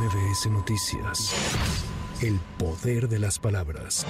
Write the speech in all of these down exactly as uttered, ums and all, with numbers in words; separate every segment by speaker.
Speaker 1: M V S Noticias. El poder de las palabras.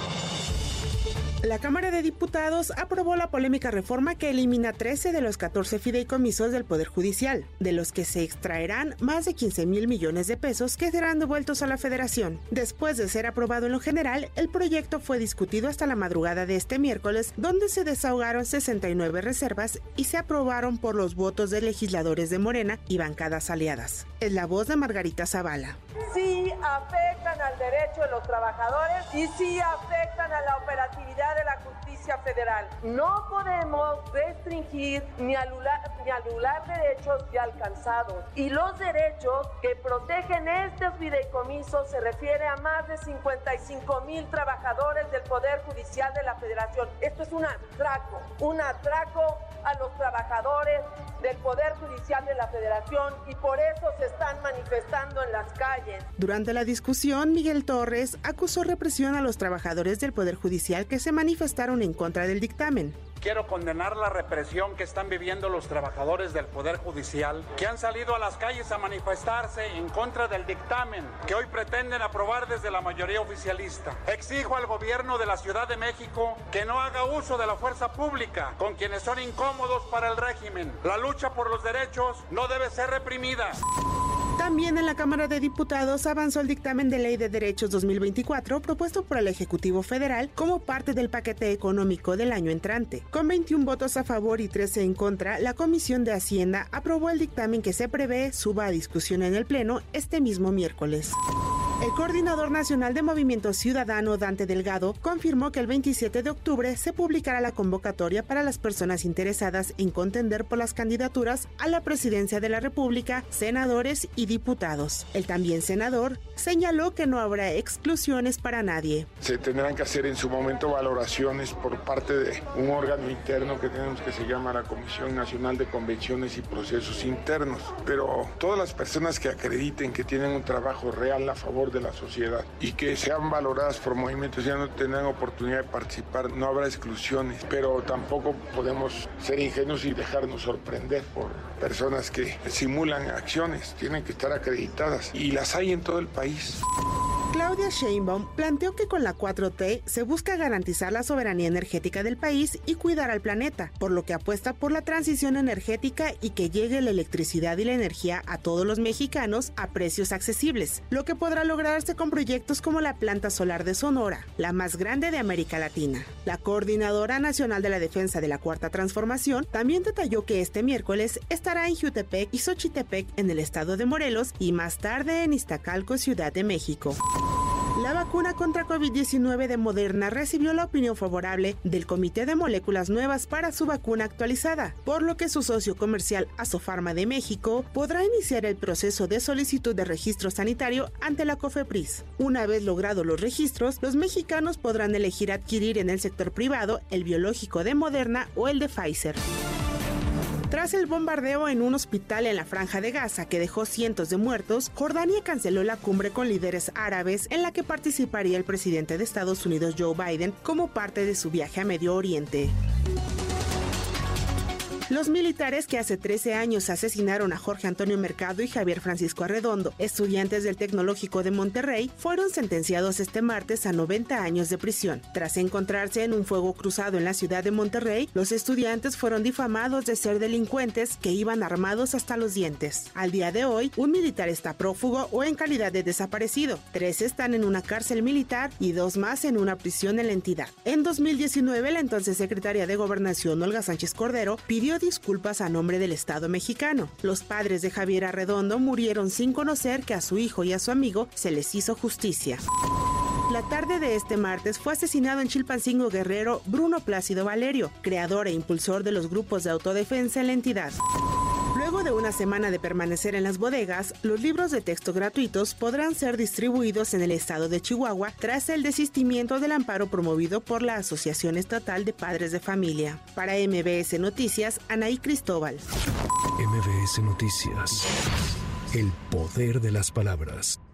Speaker 2: La Cámara de Diputados aprobó la polémica reforma que elimina trece de los catorce fideicomisos del Poder Judicial, de los que se extraerán más de quince mil millones de pesos que serán devueltos a la Federación. Después de ser aprobado en lo general, el proyecto fue discutido hasta la madrugada de este miércoles, donde se desahogaron sesenta y nueve reservas y se aprobaron por los votos de legisladores de Morena y bancadas aliadas. Es la voz de Margarita Zavala.
Speaker 3: Sí afectan al derecho de los trabajadores y sí afectan a la operatividad de la justicia federal. No podemos restringir ni anular, ni anular derechos ya alcanzados. Y los derechos que protegen estos fideicomisos se refiere a más de cincuenta y cinco mil trabajadores del Poder Judicial de la Federación. Esto es un atraco, un atraco a los trabajadores del Poder Judicial de la Federación y por eso se están manifestando en las calles.
Speaker 2: Durante la discusión, Miguel Torres acusó represión a los trabajadores del Poder Judicial que se manifestaron en contra del dictamen.
Speaker 4: Quiero condenar la represión que están viviendo los trabajadores del Poder Judicial, que han salido a las calles a manifestarse en contra del dictamen que hoy pretenden aprobar desde la mayoría oficialista. Exijo al gobierno de la Ciudad de México que no haga uso de la fuerza pública con quienes son incómodos para el régimen. La lucha por los derechos no debe ser reprimida.
Speaker 2: También en la Cámara de Diputados avanzó el dictamen de Ley de Derechos dos mil veinticuatro propuesto por el Ejecutivo Federal como parte del paquete económico del año entrante. Con veintiún votos a favor y trece en contra, la Comisión de Hacienda aprobó el dictamen que se prevé suba a discusión en el Pleno este mismo miércoles. El coordinador nacional de Movimiento Ciudadano, Dante Delgado, confirmó que el veintisiete de octubre se publicará la convocatoria para las personas interesadas en contender por las candidaturas a la presidencia de la República, senadores y diputados. El también senador señaló que no habrá exclusiones para nadie.
Speaker 5: Se tendrán que hacer en su momento valoraciones por parte de un órgano interno que tenemos que se llama la Comisión Nacional de Convenciones y Procesos Internos, pero todas las personas que acrediten que tienen un trabajo real a favor de la sociedad y que sean valoradas por movimientos ya no tendrán oportunidad de participar, no habrá exclusiones, pero tampoco podemos ser ingenuos y dejarnos sorprender por personas que simulan acciones, tienen que estar acreditadas y las hay en todo el país.
Speaker 2: Claudia Sheinbaum planteó que con la cuatro T se busca garantizar la soberanía energética del país y cuidar al planeta, por lo que apuesta por la transición energética y que llegue la electricidad y la energía a todos los mexicanos a precios accesibles, lo que podrá lograrse con proyectos como la planta solar de Sonora, la más grande de América Latina. La Coordinadora Nacional de la Defensa de la Cuarta Transformación también detalló que este miércoles estará en Jutepec y Xochitepec en el estado de Morelos y más tarde en Iztacalco, Ciudad de México. La vacuna contra COVID diecinueve de Moderna recibió la opinión favorable del Comité de Moléculas Nuevas para su vacuna actualizada, por lo que su socio comercial Asofarma de México podrá iniciar el proceso de solicitud de registro sanitario ante la COFEPRIS. Una vez logrados los registros, los mexicanos podrán elegir adquirir en el sector privado el biológico de Moderna o el de Pfizer. Tras el bombardeo en un hospital en la Franja de Gaza que dejó cientos de muertos, Jordania canceló la cumbre con líderes árabes en la que participaría el presidente de Estados Unidos Joe Biden como parte de su viaje a Medio Oriente. Los militares que hace trece años asesinaron a Jorge Antonio Mercado y Javier Francisco Arredondo, estudiantes del Tecnológico de Monterrey, fueron sentenciados este martes a noventa años de prisión. Tras encontrarse en un fuego cruzado en la ciudad de Monterrey, los estudiantes fueron difamados de ser delincuentes que iban armados hasta los dientes. Al día de hoy, un militar está prófugo o en calidad de desaparecido. Tres están en una cárcel militar y dos más en una prisión en la entidad. En dos mil diecinueve, la entonces secretaria de Gobernación, Olga Sánchez Cordero, pidió disculpas a nombre del Estado mexicano. Los padres de Javier Arredondo murieron sin conocer que a su hijo y a su amigo se les hizo justicia. La tarde de este martes fue asesinado en Chilpancingo, Guerrero, Bruno Plácido Valerio, creador e impulsor de los grupos de autodefensa en la entidad. Luego de una semana de permanecer en las bodegas, los libros de texto gratuitos podrán ser distribuidos en el estado de Chihuahua tras el desistimiento del amparo promovido por la Asociación Estatal de Padres de Familia. Para M V S Noticias, Anaí Cristóbal.
Speaker 1: M V S Noticias. El poder de las palabras.